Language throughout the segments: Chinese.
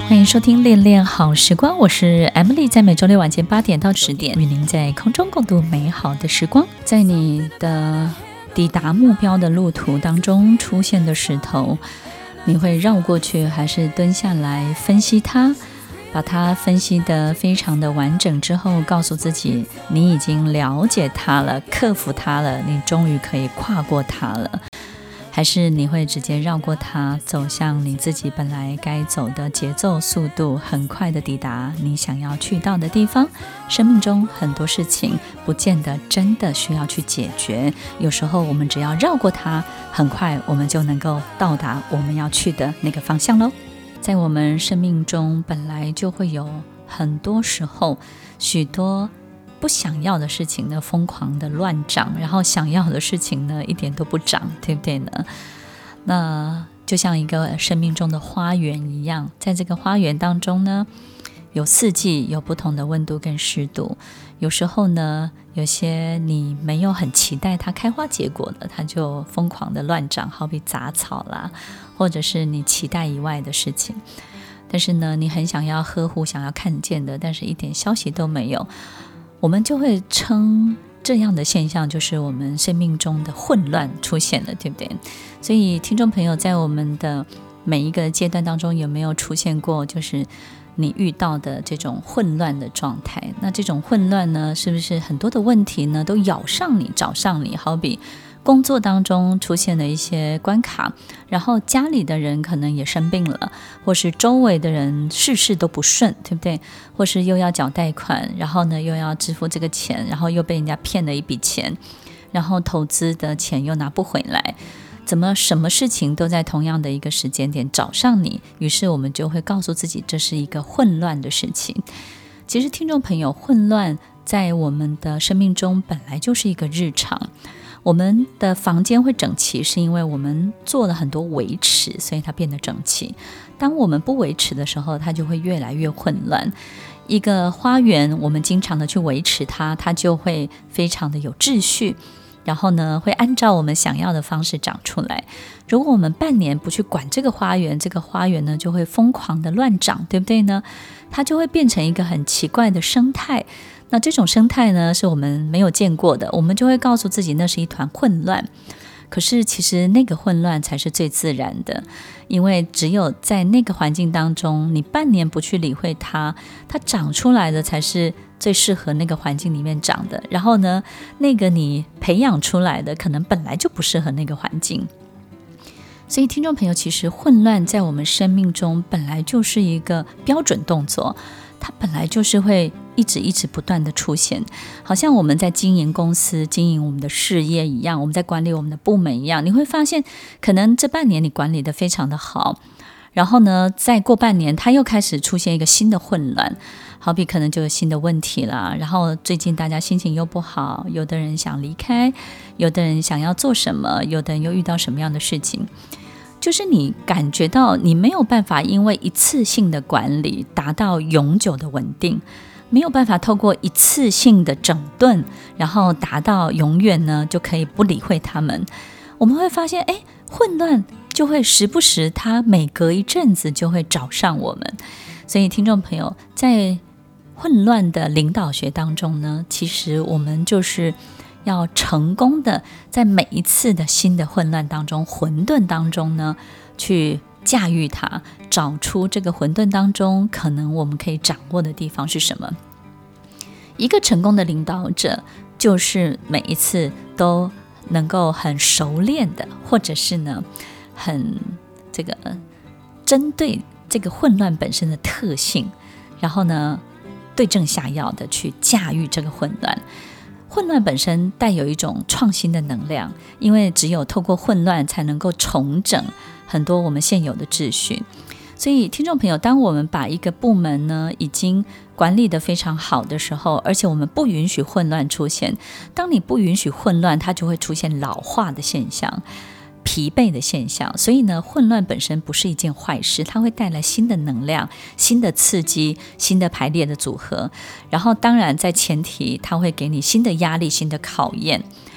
欢迎收听恋恋好时光，我是 Emily， 在每周六晚间8点到10点与您在空中共度美好的时光。在你的抵达目标的路途当中出现的石头，你会绕过去还是蹲下来分析它，把它分析得非常的完整之后，告诉自己你已经了解它了，克服它了，你终于可以跨过它了？还是你会直接绕过它，走向你自己本来该走的节奏速度，很快的抵达你想要去到的地方？生命中很多事情不见得真的需要去解决，有时候我们只要绕过它，很快我们就能够到达我们要去的那个方向咯。在我们生命中本来就会有很多时候许多不想要的事情呢疯狂的乱长，然后想要的事情呢一点都不长，对不对呢？那就像一个生命中的花园一样，在这个花园当中呢，有四季，有不同的温度跟湿度。有时候呢，有些你没有很期待它开花结果的，它就疯狂的乱长，好比杂草啦，或者是你期待以外的事情。但是呢，你很想要呵护，想要看见的，但是一点消息都没有。我们就会称这样的现象就是我们生命中的混乱出现了，对不对？所以听众朋友，在我们的每一个阶段当中，有没有出现过就是你遇到的这种混乱的状态？那这种混乱呢，是不是很多的问题呢都咬上你找上你？好比工作当中出现了一些关卡，然后家里的人可能也生病了，或是周围的人事事都不顺，对不对？或是又要缴贷款，然后呢又要支付这个钱，然后又被人家骗了一笔钱，然后投资的钱又拿不回来，怎么什么事情都在同样的一个时间点找上你？于是我们就会告诉自己这是一个混乱的事情。其实听众朋友，混乱在我们的生命中本来就是一个日常。我们的房间会整齐，是因为我们做了很多维持，所以它变得整齐。当我们不维持的时候，它就会越来越混乱。一个花园，我们经常的去维持它，它就会非常的有秩序，然后呢，会按照我们想要的方式长出来。如果我们半年不去管这个花园，这个花园呢就会疯狂的乱长，对不对呢？它就会变成一个很奇怪的生态。那这种生态呢，是我们没有见过的，我们就会告诉自己那是一团混乱。可是其实那个混乱才是最自然的，因为只有在那个环境当中，你半年不去理会它，它长出来的才是最适合那个环境里面长的。然后呢，那个你培养出来的可能本来就不适合那个环境。所以听众朋友，其实混乱在我们生命中本来就是一个标准动作，它本来就是会一直不断的出现，好像我们在经营公司、经营我们的事业一样，我们在管理我们的部门一样。你会发现可能这半年你管理得非常的好，然后呢再过半年它又开始出现一个新的混乱，好比可能就有新的问题啦，然后最近大家心情又不好，有的人想离开，有的人想要做什么，有的人又遇到什么样的事情，就是你感觉到你没有办法因为一次性的管理达到永久的稳定，没有办法透过一次性的整顿然后达到永远呢就可以不理会他们。我们会发现混乱就会时不时它每隔一阵子就会找上我们。所以听众朋友，在混乱的领导学当中呢，其实我们就是要成功的在每一次的新的混乱当中、混沌当中呢，去驾驭它，找出这个混沌当中可能我们可以掌握的地方是什么。一个成功的领导者就是每一次都能够很熟练的，或者是呢很针对这个混乱本身的特性，然后呢对症下药的去驾驭这个混乱。混乱本身带有一种创新的能量，因为只有透过混乱才能够重整很多我们现有的秩序。所以听众朋友，当我们把一个部门呢已经管理得非常好的时候，而且我们不允许混乱出现，当你不允许混乱，它就会出现老化的现象、疲惫的现象。所以呢，混乱本身不是一件坏事，它会带来新的能量、新的刺激、新的排列的组合。然后当然在前提它会给你新的压力、新的考验。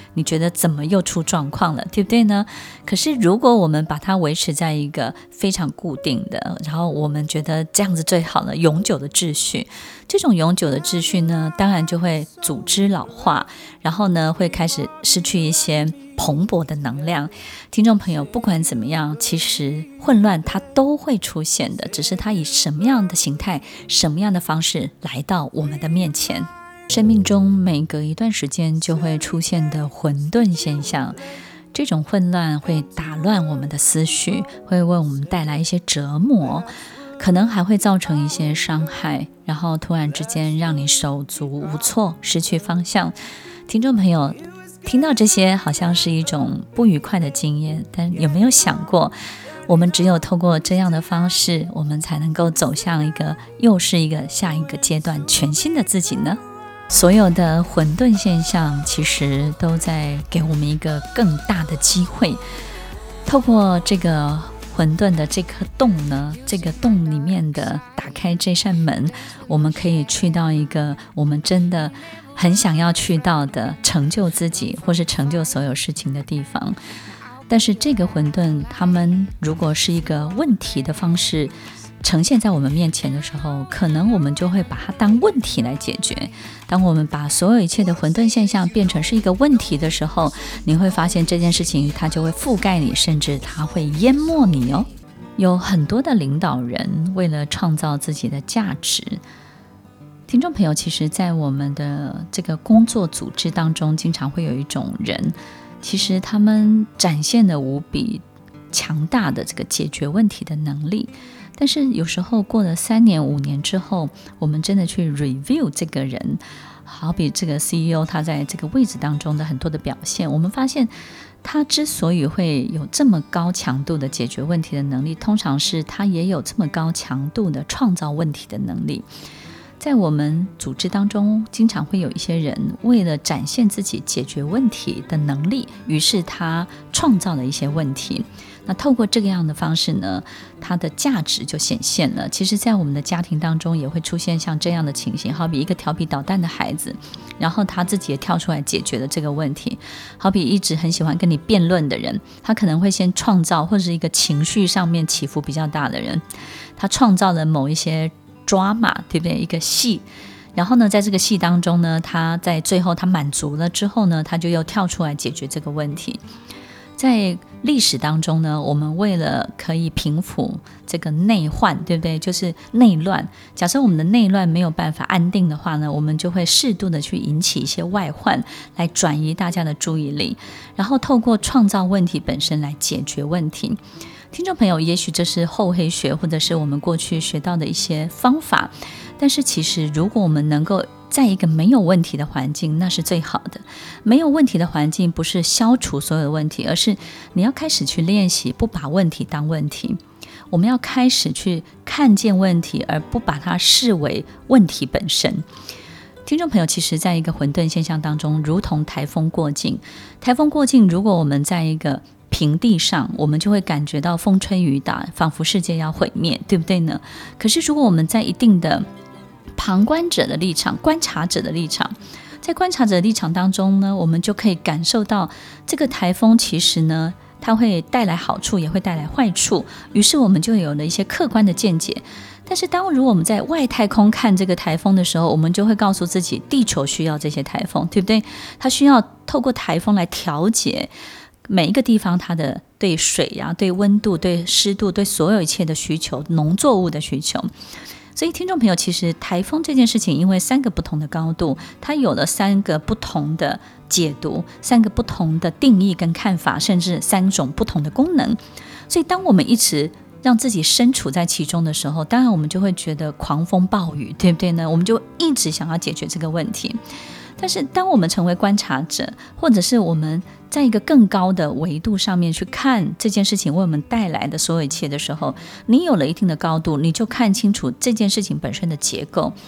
你觉得怎么又出状况了，对不对呢？可是如果我们把它维持在一个非常固定的，然后我们觉得这样子最好了，永久的秩序，这种永久的秩序呢，当然就会组织老化，然后呢会开始失去一些蓬勃的能量。听众朋友，不管怎么样，其实混乱它都会出现的，只是它以什么样的形态、什么样的方式来到我们的面前。生命中每隔一段时间就会出现的混沌现象，这种混乱会打乱我们的思绪，会为我们带来一些折磨，可能还会造成一些伤害，然后突然之间让你手足无措，失去方向。听众朋友，听到这些好像是一种不愉快的经验，但有没有想过，我们只有透过这样的方式，我们才能够走向又是一个下一个阶段全新的自己呢？所有的混沌现象其实都在给我们一个更大的机会，透过这个混沌的这颗洞呢，这个洞里面的打开这扇门，我们可以去到一个我们真的很想要去到的成就自己或是成就所有事情的地方。但是这个混沌，他们如果是一个问题的方式呈现在我们面前的时候，可能我们就会把它当问题来解决。当我们把所有一切的混沌现象变成是一个问题的时候，你会发现这件事情它就会覆盖你，甚至它会淹没你哦。有很多的领导人为了创造自己的价值，听众朋友，其实在我们的这个工作组织当中，经常会有一种人，其实他们展现了无比强大的这个解决问题的能力，但是有时候过了3年5年之后，我们真的去 review 这个人，好比这个 CEO 他在这个位置当中的很多的表现，我们发现他之所以会有这么高强度的解决问题的能力，通常是他也有这么高强度的创造问题的能力。在我们组织当中，经常会有一些人为了展现自己解决问题的能力，于是他创造了一些问题。那透过这个样的方式呢，它的价值就显现了。其实在我们的家庭当中也会出现像这样的情形，好比一个调皮捣蛋的孩子，然后他自己也跳出来解决了这个问题。好比一直很喜欢跟你辩论的人，他可能会先创造，或者是一个情绪上面起伏比较大的人，他创造了某一些drama，对不对？一个戏，然后呢，在这个戏当中呢，他在最后他满足了之后呢，他就又跳出来解决这个问题。在历史当中呢，我们为了可以平复这个内患，对不对？就是内乱。假设我们的内乱没有办法安定的话呢，我们就会适度的去引起一些外患，来转移大家的注意力，然后透过创造问题本身来解决问题。听众朋友，也许这是厚黑学，或者是我们过去学到的一些方法，但是其实如果我们能够在一个没有问题的环境，那是最好的。没有问题的环境不是消除所有的问题，而是你要开始去练习不把问题当问题。我们要开始去看见问题，而不把它视为问题本身。听众朋友，其实在一个混沌现象当中，如同台风过境。台风过境，如果我们在一个平地上，我们就会感觉到风吹雨打，仿佛世界要毁灭，对不对呢？可是如果我们在一定的旁观者的立场、观察者的立场，在观察者的立场当中呢，我们就可以感受到这个台风其实呢，它会带来好处，也会带来坏处，于是我们就有了一些客观的见解。但是如果我们在外太空看这个台风的时候，我们就会告诉自己，地球需要这些台风，对不对？它需要透过台风来调节每一个地方它的对水啊、对温度、对湿度、对所有一切的需求，农作物的需求。所以听众朋友，其实台风这件事情，因为3个不同的高度，它有了3个不同的解读，3个不同的定义跟看法，甚至3种不同的功能。所以当我们一直让自己身处在其中的时候，当然我们就会觉得狂风暴雨，对不对呢？我们就一直想要解决这个问题。但是当我们成为观察者，或者是我们在一个更高的维度上面去看这件事情为我们带来的所有一切的时候，你有了一定的高度，你就看清楚这件事情本身的结构。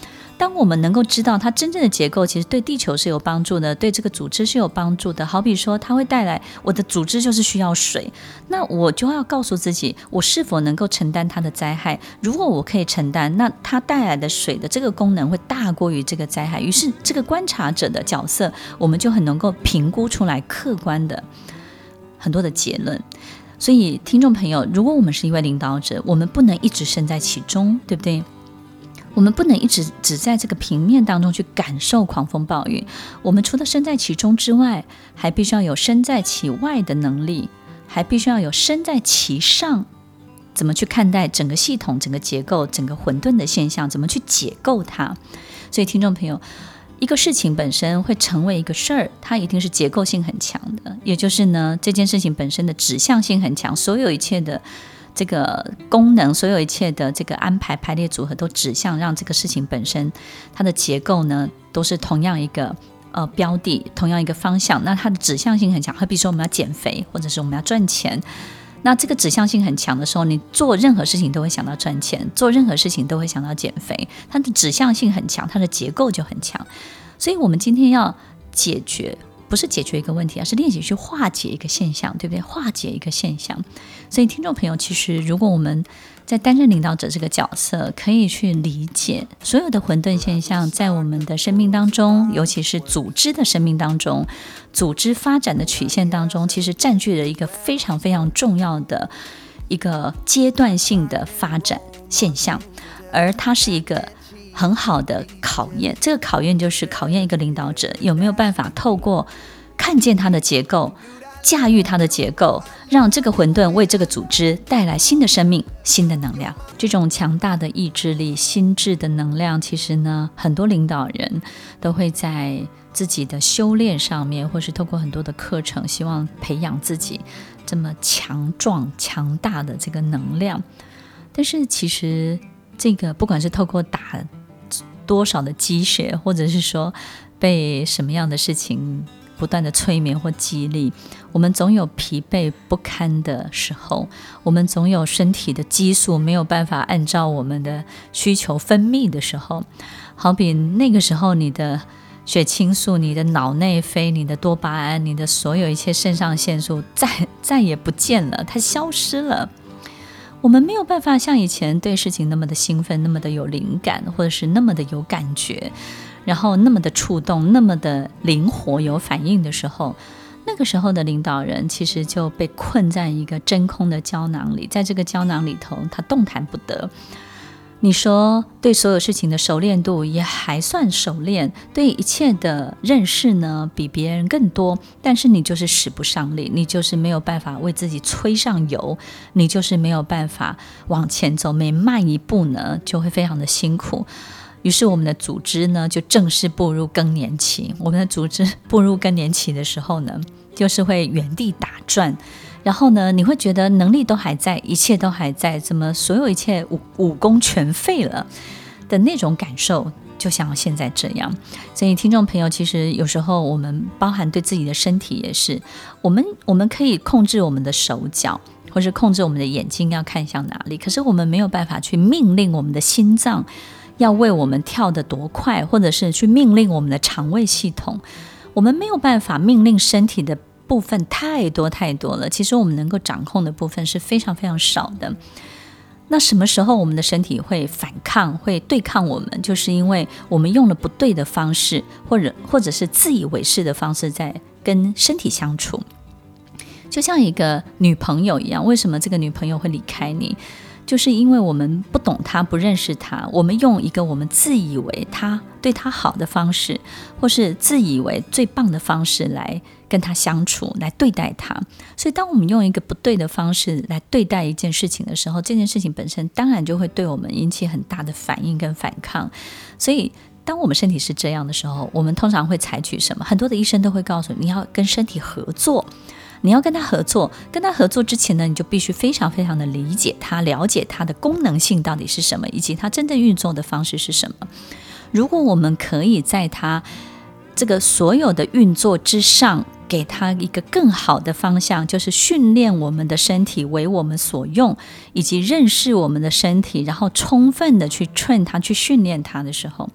当我们能够知道它真正的结构其实对地球是有帮助的，对这个组织是有帮助的，好比说它会带来我的组织就是需要水，那我就要告诉自己我是否能够承担它的灾害，如果我可以承担，那它带来的水的这个功能会大过于这个灾害，于是这个观察者的角色我们就很能够评估出来客观的很多的结论。所以听众朋友，如果我们是一位领导者，我们不能一直身在其中，对不对？我们不能一直只在这个平面当中去感受狂风暴雨，我们除了身在其中之外，还必须要有身在其外的能力，还必须要有身在其上，怎么去看待整个系统、整个结构、整个混沌的现象，怎么去解构它。所以听众朋友，一个事情本身会成为一个事儿，它一定是结构性很强的，也就是呢，这件事情本身的指向性很强，所有一切的这个功能，所有一切的这个安排排列组合都指向让这个事情本身它的结构呢都是同样一个标的，同样一个方向，那它的指向性很强。比如说我们要减肥，或者是我们要赚钱，那这个指向性很强的时候，你做任何事情都会想到赚钱，做任何事情都会想到减肥，它的指向性很强，它的结构就很强。所以我们今天要解决，不是解决一个问题，而是练习去化解一个现象，对不对？化解一个现象。所以听众朋友，其实如果我们在担任领导者这个角色，可以去理解所有的混沌现象在我们的生命当中，尤其是组织的生命当中，组织发展的曲线当中，其实占据了一个非常非常重要的一个阶段性的发展现象，而它是一个很好的考验。这个考验就是考验一个领导者有没有办法透过看见它的结构，驾驭它的结构，让这个混沌为这个组织带来新的生命、新的能量。这种强大的意志力、心智的能量，其实呢，很多领导人都会在自己的修炼上面，或是透过很多的课程，希望培养自己这么强壮、强大的这个能量。但是其实这个不管是透过打多少的鸡血，或者是说被什么样的事情不断的催眠或激励，我们总有疲惫不堪的时候，我们总有身体的激素没有办法按照我们的需求分泌的时候。好比那个时候，你的血清素、你的脑内啡、你的多巴胺、你的所有一切肾上腺素再也不见了，它消失了。我们没有办法像以前对事情那么的兴奋，那么的有灵感，或者是那么的有感觉，然后那么的触动，那么的灵活有反应的时候，那个时候的领导人其实就被困在一个真空的胶囊里，在这个胶囊里头他动弹不得。你说对所有事情的熟练度也还算熟练，对一切的认识呢比别人更多，但是你就是使不上力，你就是没有办法为自己吹上油，你就是没有办法往前走，每迈一步呢就会非常的辛苦。于是我们的组织呢就正式步入更年期。我们的组织步入更年期的时候呢，就是会原地打转，然后呢你会觉得能力都还在，一切都还在，怎么所有一切武功全废了的那种感受，就像现在这样。所以听众朋友，其实有时候我们包含对自己的身体也是，我们可以控制我们的手脚，或是控制我们的眼睛要看向哪里，可是我们没有办法去命令我们的心脏要为我们跳得多快，或者是去命令我们的肠胃系统，我们没有办法命令身体的部分太多太多了，其实我们能够掌控的部分是非常非常少的。那什么时候我们的身体会反抗，会对抗我们，就是因为我们用了不对的方式，或者是自以为是的方式在跟身体相处。就像一个女朋友一样，为什么这个女朋友会离开你，就是因为我们不懂她，不认识她，我们用一个我们自以为她对她好的方式，或是自以为最棒的方式来跟她相处，来对待她。所以当我们用一个不对的方式来对待一件事情的时候，这件事情本身当然就会对我们引起很大的反应跟反抗。所以当我们身体是这样的时候，我们通常会采取什么？很多的医生都会告诉你要跟身体合作，你要跟他合作，跟他合作之前呢，你就必须非常非常的理解他，了解他的功能性到底是什么，以及他真正运作的方式是什么。如果我们可以在他这个所有的运作之上，给他一个更好的方向，就是训练我们的身体为我们所用，以及认识我们的身体，然后充分的去train他，去训练他的时候，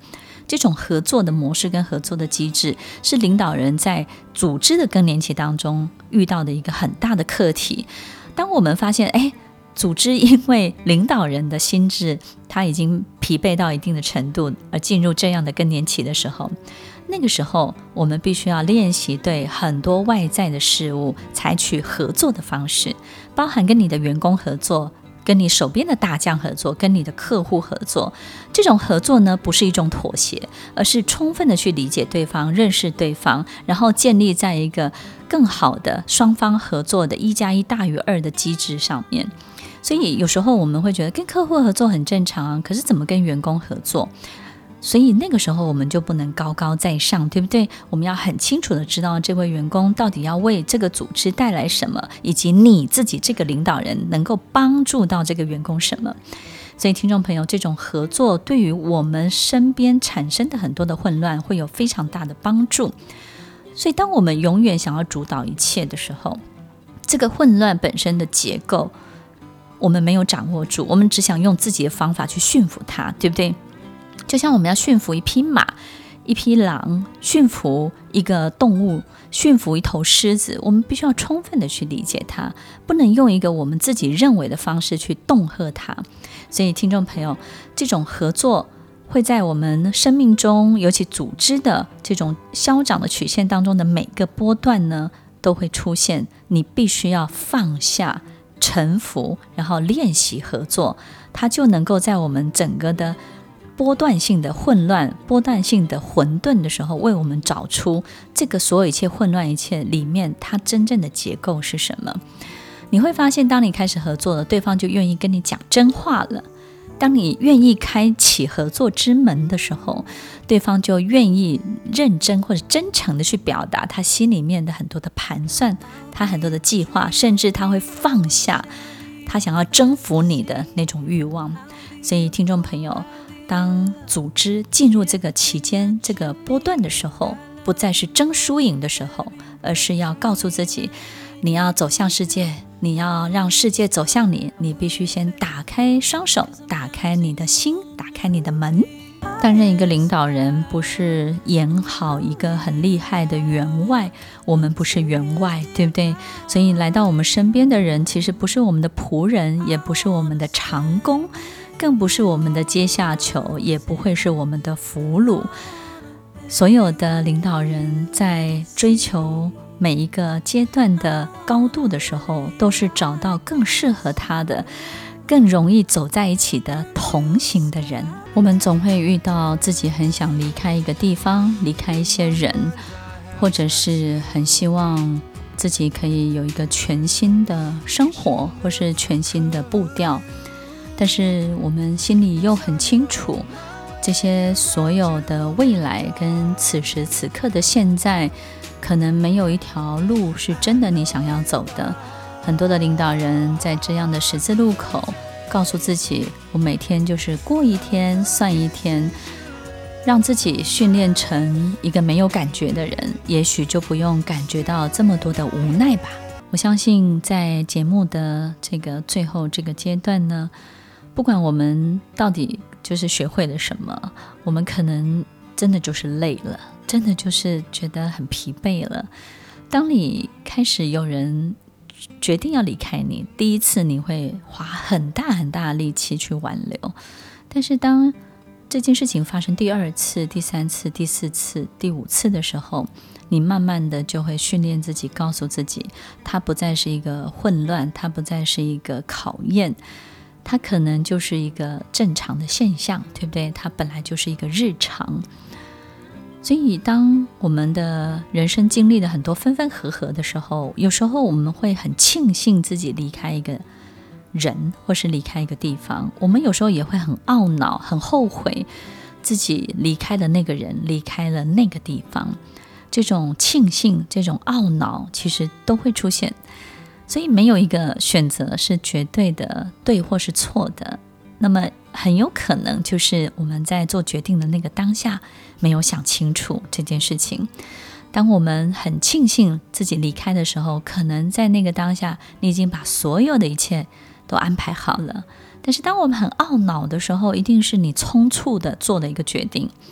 这种合作的模式跟合作的机制，是领导人在组织的更年期当中遇到的一个很大的课题。当我们发现组织因为领导人的心智他已经疲惫到一定的程度而进入这样的更年期的时候，那个时候我们必须要练习对很多外在的事物采取合作的方式，包含跟你的员工合作，跟你手边的大将合作，跟你的客户合作。这种合作呢，不是一种妥协，而是充分的去理解对方，认识对方，然后建立在一个更好的双方合作的1+1大于2的机制上面。所以有时候我们会觉得跟客户合作很正常，可是怎么跟员工合作？所以那个时候我们就不能高高在上，对不对？我们要很清楚的知道这位员工到底要为这个组织带来什么，以及你自己这个领导人能够帮助到这个员工什么。所以听众朋友，这种合作对于我们身边产生的很多的混乱会有非常大的帮助。所以当我们永远想要主导一切的时候，这个混乱本身的结构我们没有掌握住，我们只想用自己的方法去驯服它，对不对？就像我们要驯服一匹马，一匹狼，驯服一个动物，驯服一头狮子，我们必须要充分的去理解它，不能用一个我们自己认为的方式去恫吓它。所以听众朋友，这种合作会在我们生命中，尤其组织的这种消长的曲线当中的每个波段呢，都会出现。你必须要放下臣服，然后练习合作，它就能够在我们整个的波段性的混乱、波段性的混沌的时候，为我们找出这个所有一切混乱一切里面它真正的结构是什么。你会发现，当你开始合作了，对方就愿意跟你讲真话了。当你愿意开启合作之门的时候，对方就愿意认真或者真诚的去表达他心里面的很多的盘算，他很多的计划，甚至他会放下他想要征服你的那种欲望。所以听众朋友，当组织进入这个期间这个波段的时候，不再是争输赢的时候，而是要告诉自己，你要走向世界，你要让世界走向你，你必须先打开双手，打开你的心，打开你的门。担任一个领导人，不是演好一个很厉害的员外，我们不是员外，对不对？所以来到我们身边的人，其实不是我们的仆人，也不是我们的长工，更不是我们的阶下囚，也不会是我们的俘虏。所有的领导人在追求每一个阶段的高度的时候，都是找到更适合他的，更容易走在一起的同行的人。我们总会遇到自己很想离开一个地方，离开一些人，或者是很希望自己可以有一个全新的生活，或是全新的步调。但是我们心里又很清楚，这些所有的未来跟此时此刻的现在，可能没有一条路是真的你想要走的。很多的领导人在这样的十字路口告诉自己，我每天就是过一天算一天，让自己训练成一个没有感觉的人，也许就不用感觉到这么多的无奈吧。我相信在节目的这个最后这个阶段呢，不管我们到底就是学会了什么，我们可能真的就是累了，真的就是觉得很疲惫了。当你开始有人决定要离开你，第一次你会花很大很大的力气去挽留，但是当这件事情发生第二次、第三次、第四次、第五次的时候，你慢慢的就会训练自己，告诉自己，它不再是一个混乱，它不再是一个考验，它可能就是一个正常的现象，对不对？它本来就是一个日常。所以当我们的人生经历了很多分分合合的时候，有时候我们会很庆幸自己离开一个人，或是离开一个地方。我们有时候也会很懊恼，很后悔自己离开了那个人，离开了那个地方。这种庆幸，这种懊恼其实都会出现。所以没有一个选择是绝对的对或是错的，那么很有可能就是我们在做决定的那个当下没有想清楚这件事情。当我们很庆幸自己离开的时候，可能在那个当下你已经把所有的一切都安排好了，但是当我们很懊恼的时候，一定是你匆促的做了一个决定，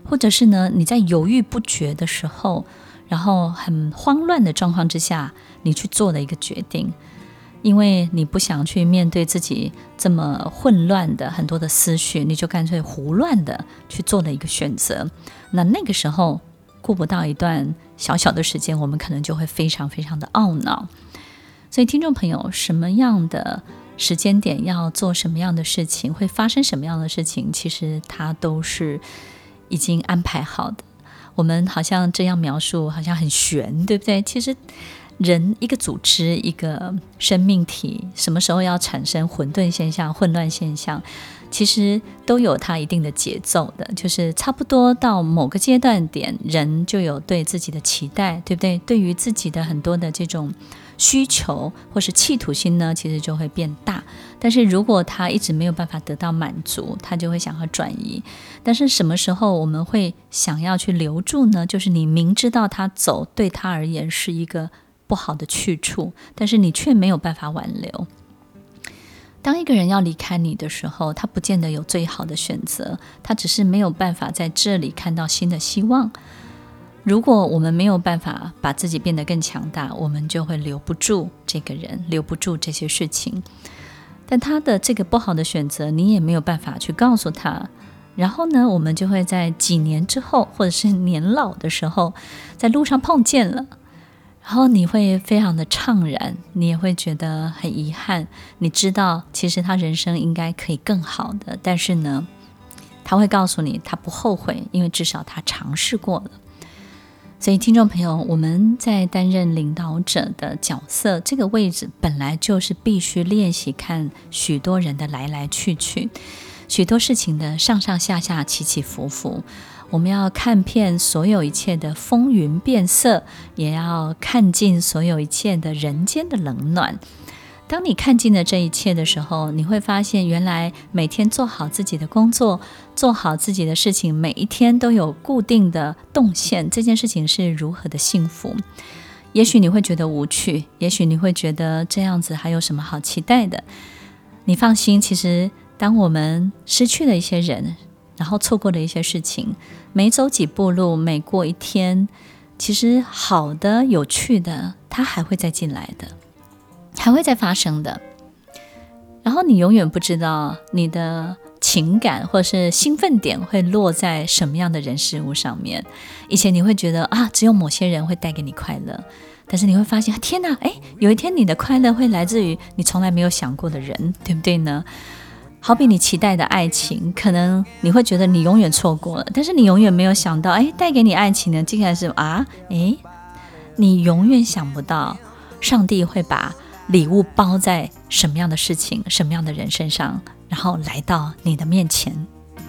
或者是呢，你在犹豫不决的时候，然后很慌乱的状况之下，你去做了一个决定，因为你不想去面对自己这么混乱的很多的思绪，你就干脆胡乱的去做了一个选择。那个时候过不到一段小小的时间，我们可能就会非常非常的懊恼。所以听众朋友，什么样的时间点要做什么样的事情，会发生什么样的事情，其实它都是已经安排好的。我们好像这样描述好像很玄，对不对？其实人一个组织，一个生命体，什么时候要产生混沌现象、混乱现象，其实都有它一定的节奏的，就是差不多到某个阶段点，人就有对自己的期待，对不对？对于自己的很多的这种需求或是企图心呢，其实就会变大。但是如果他一直没有办法得到满足，他就会想要转移。但是什么时候我们会想要去留住呢？就是你明知道他走对他而言是一个不好的去处，但是你却没有办法挽留。当一个人要离开你的时候，他不见得有最好的选择，他只是没有办法在这里看到新的希望。如果我们没有办法把自己变得更强大，我们就会留不住这个人，留不住这些事情。但他的这个不好的选择，你也没有办法去告诉他。然后呢，我们就会在几年之后，或者是年老的时候，在路上碰见了，然后你会非常的怅然，你也会觉得很遗憾。你知道其实他人生应该可以更好的，但是呢，他会告诉你他不后悔，因为至少他尝试过了。所以听众朋友，我们在担任领导者的角色，这个位置本来就是必须练习看许多人的来来去去，许多事情的上上下下起起伏伏，我们要看遍所有一切的风云变色，也要看尽所有一切的人间的冷暖。当你看尽了这一切的时候，你会发现原来每天做好自己的工作，做好自己的事情，每一天都有固定的动线，这件事情是如何的幸福。也许你会觉得无趣，也许你会觉得这样子还有什么好期待的。你放心，其实当我们失去了一些人，然后错过了一些事情，每走几步路，每过一天，其实好的有趣的它还会再进来的，还会再发生的。然后你永远不知道你的情感或是兴奋点会落在什么样的人事物上面。以前你会觉得只有某些人会带给你快乐，但是你会发现天哪，有一天你的快乐会来自于你从来没有想过的人，对不对呢？好比你期待的爱情，可能你会觉得你永远错过了，但是你永远没有想到带给你爱情的竟然是你永远想不到上帝会把礼物包在什么样的事情，什么样的人身上，然后来到你的面前。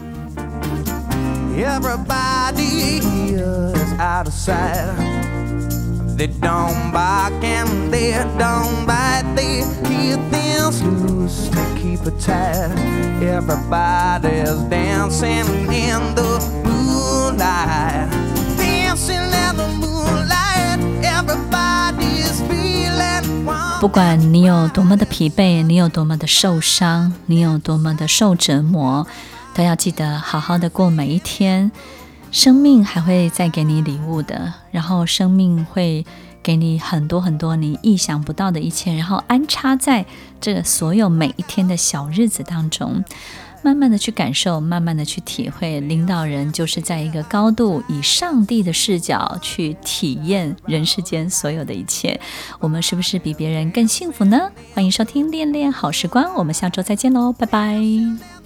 Everybody is out of sight. They don't bark and they don't bite. They keep things loose, they keep it tight. Everybody's dancing in the moonlight. Dancing in the moonlight. Everybody's feeling one. 不管你有多么的疲惫，你有多么的受伤，你有多么的受折磨，都要记得好好的过每一天。生命还会再给你礼物的，然后生命会给你很多很多你意想不到的一切，然后安插在这个所有每一天的小日子当中，慢慢的去感受，慢慢的去体会。领导人就是在一个高度以上帝的视角去体验人世间所有的一切。我们是不是比别人更幸福呢？欢迎收听恋恋好时光，我们下周再见喽，拜拜。